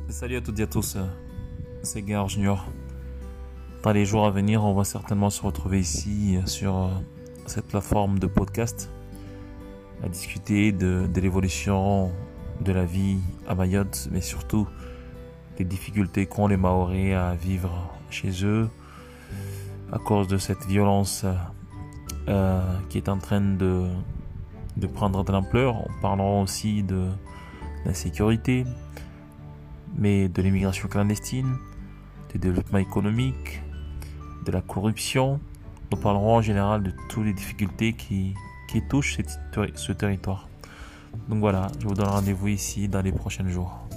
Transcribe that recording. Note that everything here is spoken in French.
Salut à toutes et à tous, c'est Gare Junior. Dans les jours à venir, on va certainement se retrouver ici sur cette plateforme de podcast à discuter de l'évolution de la vie à Mayotte, mais surtout des difficultés qu'ont les Mahorais à vivre chez eux à cause de cette violence qui est en train de prendre de l'ampleur. On parlera aussi de l'insécurité, mais de l'immigration clandestine, du développement économique, de la corruption. Nous parlerons en général de toutes les difficultés qui touchent ce territoire. Donc voilà, je vous donne rendez-vous ici dans les prochains jours.